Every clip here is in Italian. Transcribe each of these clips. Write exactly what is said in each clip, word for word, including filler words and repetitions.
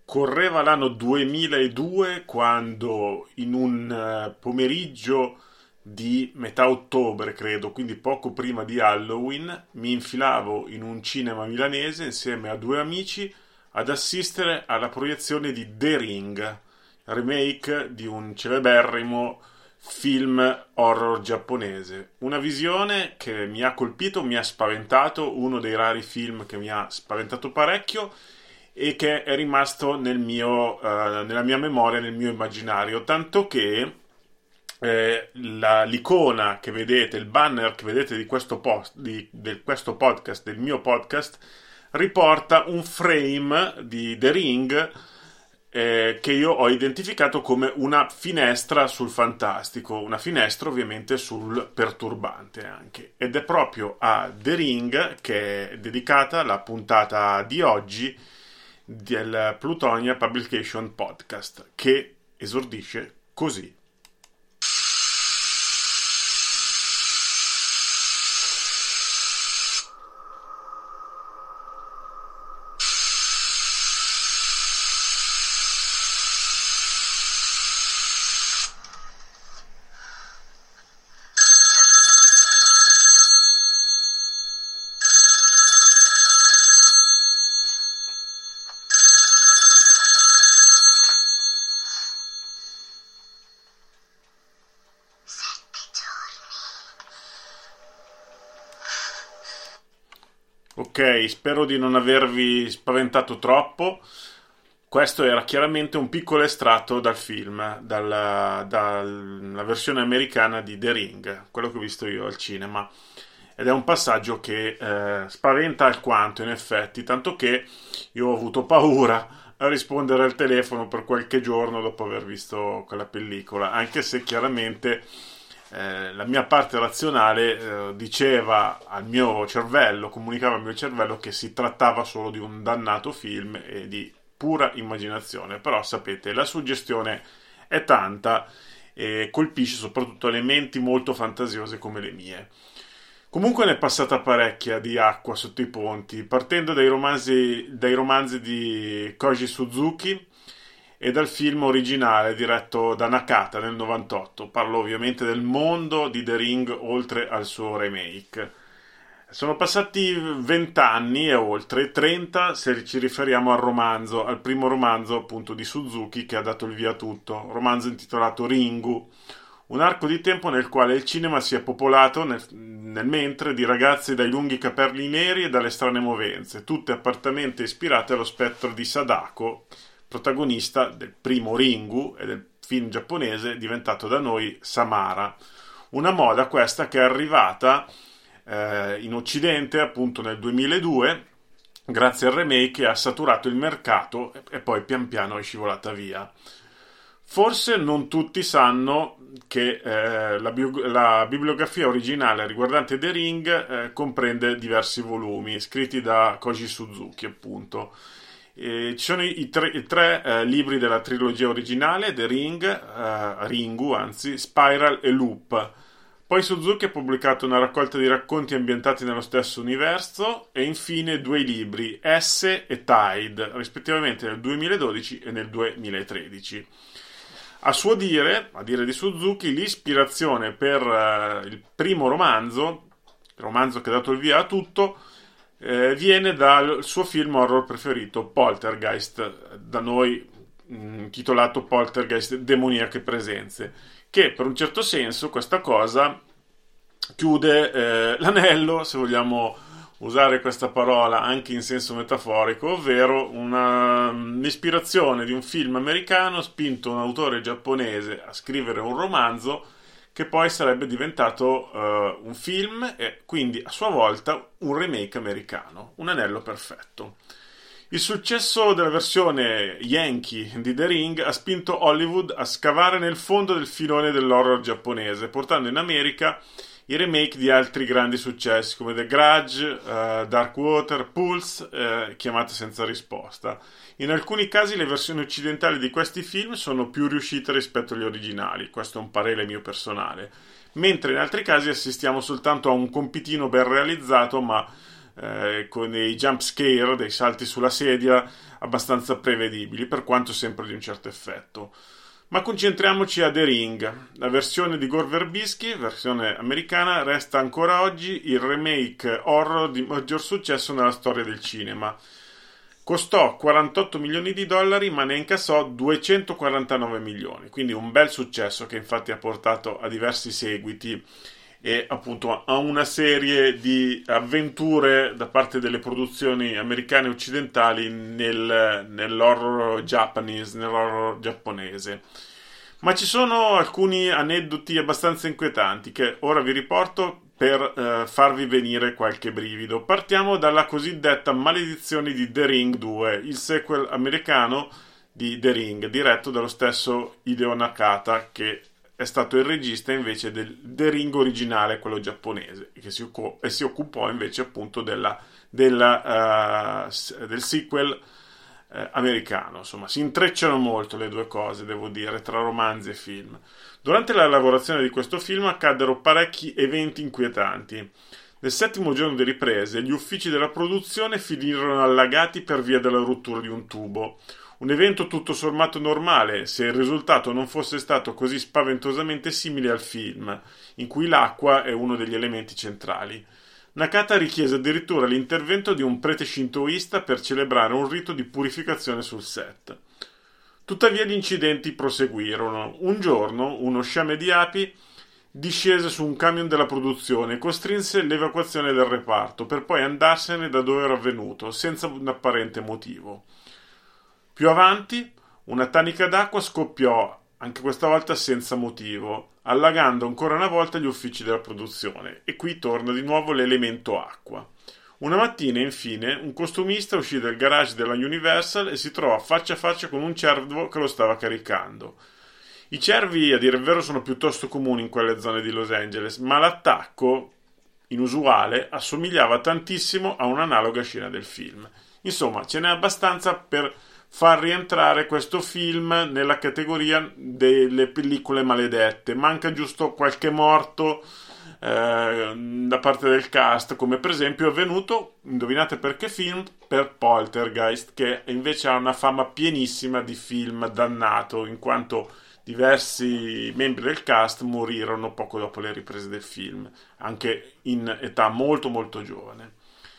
correva l'anno duemiladue quando in un eh, pomeriggio di metà ottobre, credo, quindi poco prima di Halloween, mi infilavo in un cinema milanese insieme a due amici ad assistere alla proiezione di The Ring, remake di un celeberrimo film horror giapponese. Una visione che mi ha colpito, mi ha spaventato, uno dei rari film che mi ha spaventato parecchio e che è rimasto nel mio, uh, nella mia memoria, nel mio immaginario, tanto che eh, la, l'icona che vedete, il banner che vedete di questo, post, di, di questo podcast, del mio podcast, riporta un frame di The Ring eh, che io ho identificato come una finestra sul fantastico, una finestra ovviamente sul perturbante anche, ed è proprio a The Ring che è dedicata la puntata di oggi del Plutonia Publication Podcast, che esordisce così. Ok, spero di non avervi spaventato troppo. Questo era chiaramente un piccolo estratto dal film, dalla, dalla versione americana di The Ring, quello che ho visto io al cinema. Ed è un passaggio che eh, spaventa alquanto, in effetti, tanto che io ho avuto paura a rispondere al telefono per qualche giorno dopo aver visto quella pellicola, anche se chiaramente Eh, la mia parte razionale eh, diceva al mio cervello, comunicava al mio cervello che si trattava solo di un dannato film e di pura immaginazione, però sapete, la suggestione è tanta e colpisce soprattutto le menti molto fantasiose come le mie. Comunque ne è passata parecchia di acqua sotto i ponti, partendo dai romanzi, dai romanzi di Koji Suzuki e dal film originale diretto da Nakata nel novantotto. Parlo ovviamente del mondo di The Ring oltre al suo remake. Sono passati vent'anni e oltre, trenta se ci riferiamo al romanzo, al primo romanzo appunto di Suzuki che ha dato il via a tutto, romanzo intitolato Ringu, un arco di tempo nel quale il cinema si è popolato nel, nel mentre di ragazze dai lunghi capelli neri e dalle strane movenze, tutte appartamente ispirate allo spettro di Sadako, protagonista del primo Ringu e del film giapponese diventato da noi Samara. Una moda questa che è arrivata eh, in Occidente appunto nel duemiladue grazie al remake e ha saturato il mercato e poi pian piano è scivolata via. Forse non tutti sanno che eh, la, bio- la bibliografia originale riguardante The Ring eh, comprende diversi volumi scritti da Koji Suzuki appunto. E ci sono i tre, i tre eh, libri della trilogia originale, The Ring, eh, Ringu, anzi, Spiral e Loop. Poi Suzuki ha pubblicato una raccolta di racconti ambientati nello stesso universo e infine due libri, Esse e Tide, rispettivamente nel duemiladodici e nel duemilatredici. A suo dire, a dire di Suzuki, l'ispirazione per eh, il primo romanzo, il romanzo che ha dato il via a tutto, Eh, viene dal suo film horror preferito, Poltergeist, da noi mh, titolato Poltergeist demoniache presenze, che per un certo senso questa cosa chiude eh, l'anello, se vogliamo usare questa parola anche in senso metaforico, ovvero una, un'ispirazione di un film americano spinto un autore giapponese a scrivere un romanzo che poi sarebbe diventato uh, un film e quindi a sua volta un remake americano, un anello perfetto. Il successo della versione Yankee di The Ring ha spinto Hollywood a scavare nel fondo del filone dell'horror giapponese, portando in America i remake di altri grandi successi come The Grudge, uh, Dark Water, Pulse, uh, Chiamate senza risposta. In alcuni casi le versioni occidentali di questi film sono più riuscite rispetto agli originali, questo è un parere mio personale, mentre in altri casi assistiamo soltanto a un compitino ben realizzato ma eh, con dei jump scare, dei salti sulla sedia abbastanza prevedibili, per quanto sempre di un certo effetto. Ma concentriamoci a The Ring. La versione di Gore Verbinski, versione americana, resta ancora oggi il remake horror di maggior successo nella storia del cinema. Costò quarantotto milioni di dollari, ma ne incassò duecentoquarantanove milioni, quindi un bel successo che infatti ha portato a diversi seguiti e appunto a una serie di avventure da parte delle produzioni americane e occidentali nel, nell'horror japanese, nell'horror giapponese. Ma ci sono alcuni aneddoti abbastanza inquietanti che ora vi riporto per eh, farvi venire qualche brivido. Partiamo dalla cosiddetta maledizione di The Ring due, il sequel americano di The Ring, diretto dallo stesso Hideo Nakata, che è stato il regista invece del The Ring originale, quello giapponese, che si, occu- e si occupò invece appunto della, della, uh, del sequel uh, americano. Insomma, si intrecciano molto le due cose, devo dire, tra romanzi e film. Durante la lavorazione di questo film accaddero parecchi eventi inquietanti. Nel settimo giorno di riprese, gli uffici della produzione finirono allagati per via della rottura di un tubo. Un evento tutto sommato normale, se il risultato non fosse stato così spaventosamente simile al film, in cui l'acqua è uno degli elementi centrali. Nakata richiese addirittura l'intervento di un prete shintoista per celebrare un rito di purificazione sul set. Tuttavia gli incidenti proseguirono. Un giorno, uno sciame di api discese su un camion della produzione e costrinse l'evacuazione del reparto, per poi andarsene da dove era avvenuto, senza un apparente motivo. Più avanti, una tanica d'acqua scoppiò, anche questa volta senza motivo, allagando ancora una volta gli uffici della produzione, e qui torna di nuovo l'elemento acqua. Una mattina, infine, un costumista uscì dal garage della Universal e si trovò faccia a faccia con un cervo che lo stava caricando. I cervi, a dire il vero, sono piuttosto comuni in quelle zone di Los Angeles, ma l'attacco, inusuale, assomigliava tantissimo a un'analoga scena del film. Insomma, ce n'è abbastanza per far rientrare questo film nella categoria delle pellicole maledette. Manca giusto qualche morto eh, da parte del cast, come per esempio è avvenuto, indovinate per che film? Per Poltergeist, che invece ha una fama pienissima di film dannato, in quanto diversi membri del cast morirono poco dopo le riprese del film, anche in età molto molto giovane.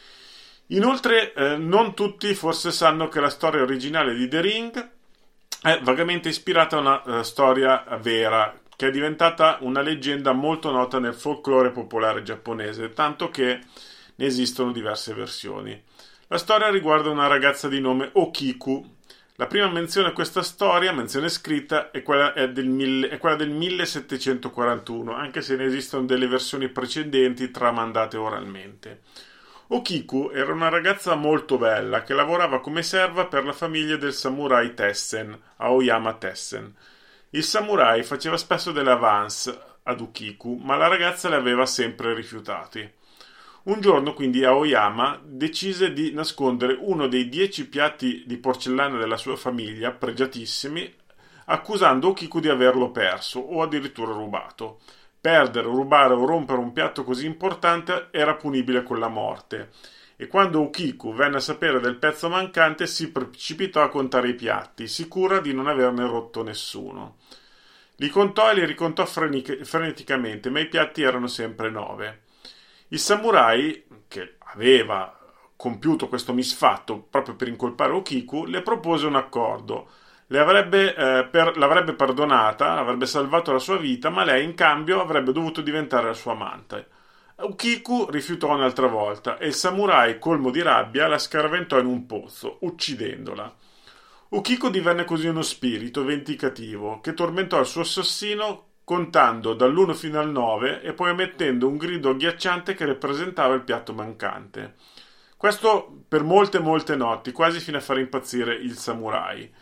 Inoltre, eh, non tutti forse sanno che la storia originale di The Ring è vagamente ispirata a una uh, storia vera, che è diventata una leggenda molto nota nel folklore popolare giapponese, tanto che ne esistono diverse versioni. La storia riguarda una ragazza di nome Okiku. La prima menzione a questa storia, menzione scritta, è quella, è del, mille, è quella del millesettecentoquarantuno, anche se ne esistono delle versioni precedenti tramandate oralmente. Okiku era una ragazza molto bella che lavorava come serva per la famiglia del samurai Tessen, Aoyama Tessen. Il samurai faceva spesso delle avance ad Okiku, ma la ragazza le aveva sempre rifiutati. Un giorno quindi Aoyama decise di nascondere uno dei dieci piatti di porcellana della sua famiglia, pregiatissimi, accusando Okiku di averlo perso o addirittura rubato. Perdere, rubare o rompere un piatto così importante era punibile con la morte, e quando Okiku venne a sapere del pezzo mancante si precipitò a contare i piatti, sicura di non averne rotto nessuno. Li contò e li ricontò frenic- freneticamente, ma i piatti erano sempre nove. Il samurai, che aveva compiuto questo misfatto proprio per incolpare Okiku, le propose un accordo. Le avrebbe, eh, per, l'avrebbe perdonata, avrebbe salvato la sua vita, ma lei in cambio avrebbe dovuto diventare la sua amante. Okiku rifiutò un'altra volta e il samurai, colmo di rabbia, la scaraventò in un pozzo, uccidendola. Okiku divenne così uno spirito vendicativo che tormentò il suo assassino contando dall'uno fino al nove e poi emettendo un grido agghiacciante che rappresentava il piatto mancante. Questo per molte molte notti, quasi fino a far impazzire il samurai.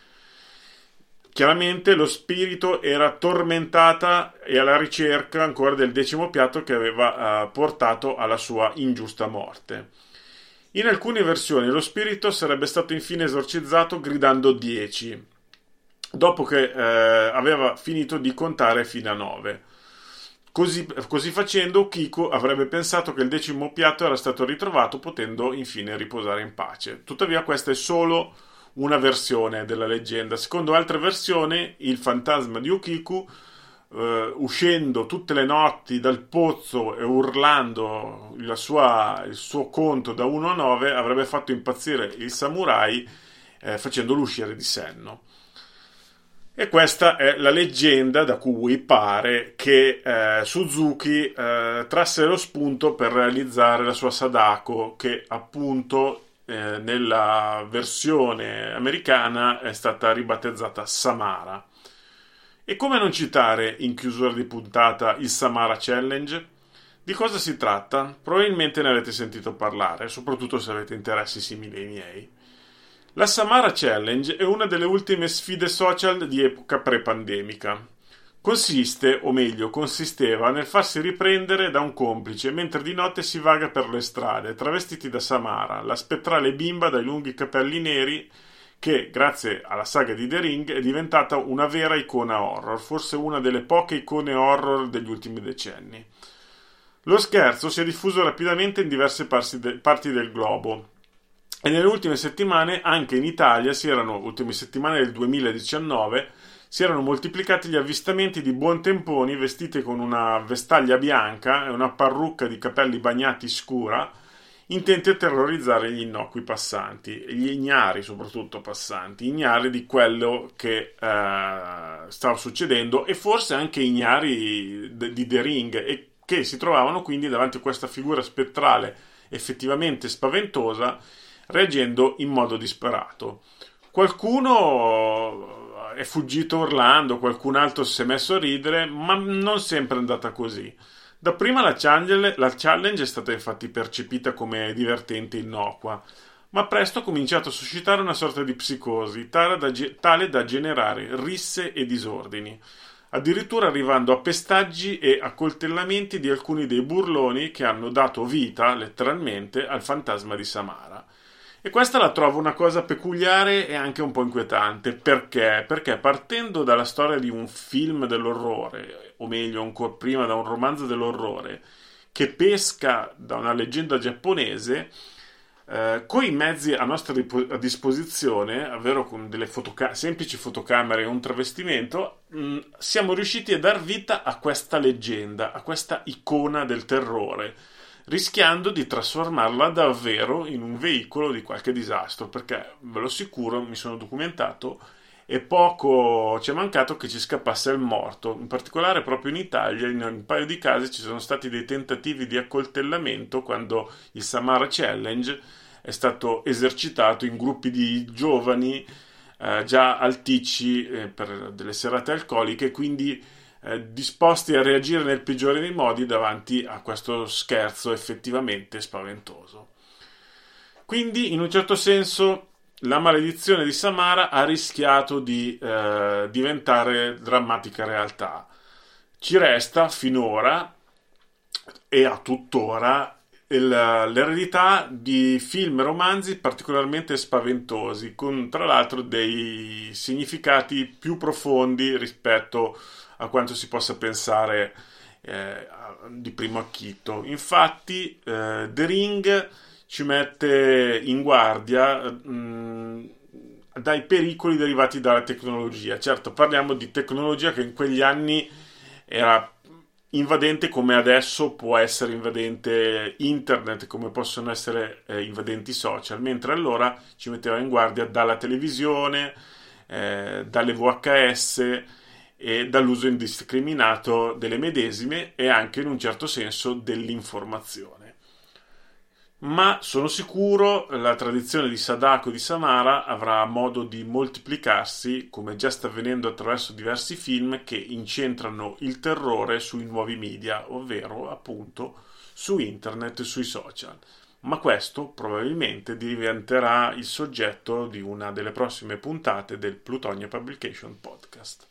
Chiaramente lo spirito era tormentata e alla ricerca ancora del decimo piatto che aveva uh, portato alla sua ingiusta morte. In alcune versioni lo spirito sarebbe stato infine esorcizzato gridando dieci, dopo che eh, aveva finito di contare fino a nove. Così, così facendo, Kiku avrebbe pensato che il decimo piatto era stato ritrovato, potendo infine riposare in pace. Tuttavia, questa è solo una versione della leggenda. Secondo altre versioni, il fantasma di Okiku, eh, uscendo tutte le notti dal pozzo e urlando la sua, il suo conto da uno a nove, avrebbe fatto impazzire il samurai, eh, facendolo uscire di senno. E questa è la leggenda da cui pare che eh, Suzuki eh, trasse lo spunto per realizzare la sua Sadako, che appunto eh, nella versione americana è stata ribattezzata Samara. E come non citare in chiusura di puntata il Samara Challenge? Di cosa si tratta? Probabilmente ne avete sentito parlare, soprattutto se avete interessi simili ai miei. La Samara Challenge è una delle ultime sfide social di epoca pre-pandemica. Consiste, o meglio, consisteva nel farsi riprendere da un complice mentre di notte si vaga per le strade, travestiti da Samara, la spettrale bimba dai lunghi capelli neri che, grazie alla saga di The Ring, è diventata una vera icona horror, forse una delle poche icone horror degli ultimi decenni. Lo scherzo si è diffuso rapidamente in diverse parti del globo, e nelle ultime settimane anche in Italia si erano, ultime settimane del duemiladiciannove, si erano moltiplicati gli avvistamenti di buontemponi vestiti con una vestaglia bianca e una parrucca di capelli bagnati scura, intenti a terrorizzare gli innocui passanti, gli ignari soprattutto passanti, ignari di quello che eh, stava succedendo e forse anche ignari di The Ring, e che si trovavano quindi davanti a questa figura spettrale effettivamente spaventosa, reagendo in modo disperato. Qualcuno è fuggito urlando, qualcun altro si è messo a ridere, ma non sempre è andata così. Dapprima la challenge, la challenge è stata infatti percepita come divertente e innocua, ma presto ha cominciato a suscitare una sorta di psicosi, tale da, tale da generare risse e disordini, addirittura arrivando a pestaggi e accoltellamenti di alcuni dei burloni che hanno dato vita, letteralmente, al fantasma di Samara. E questa la trovo una cosa peculiare e anche un po' inquietante. Perché? Perché partendo dalla storia di un film dell'orrore, o meglio ancora prima da un romanzo dell'orrore, che pesca da una leggenda giapponese, eh, con i mezzi a nostra a disposizione, ovvero con delle fotoca- semplici fotocamere e un travestimento, mh, siamo riusciti a dar vita a questa leggenda, a questa icona del terrore, rischiando di trasformarla davvero in un veicolo di qualche disastro, perché ve lo assicuro, mi sono documentato e poco ci è mancato che ci scappasse il morto. In particolare proprio in Italia in un paio di casi ci sono stati dei tentativi di accoltellamento quando il Samara Challenge è stato esercitato in gruppi di giovani eh, già alticci eh, per delle serate alcoliche, quindi Eh, disposti a reagire nel peggiore dei modi davanti a questo scherzo effettivamente spaventoso. Quindi, in un certo senso, la maledizione di Samara ha rischiato di eh, diventare drammatica realtà. Ci resta finora e a tuttora il, l'eredità di film e romanzi particolarmente spaventosi, con tra l'altro dei significati più profondi rispetto a quanto si possa pensare eh, di primo acchito. Infatti eh, The Ring ci mette in guardia mh, dai pericoli derivati dalla tecnologia. Certo, parliamo di tecnologia che in quegli anni era invadente come adesso può essere invadente internet, come possono essere eh, invadenti social, mentre allora ci metteva in guardia dalla televisione, eh, dalle V H S e dall'uso indiscriminato delle medesime e anche in un certo senso dell'informazione. Ma sono sicuro la tradizione di Sadako di Samara avrà modo di moltiplicarsi, come già sta avvenendo attraverso diversi film che incentrano il terrore sui nuovi media, ovvero appunto su internet e sui social. Ma questo probabilmente diventerà il soggetto di una delle prossime puntate del Plutonia Publication Podcast.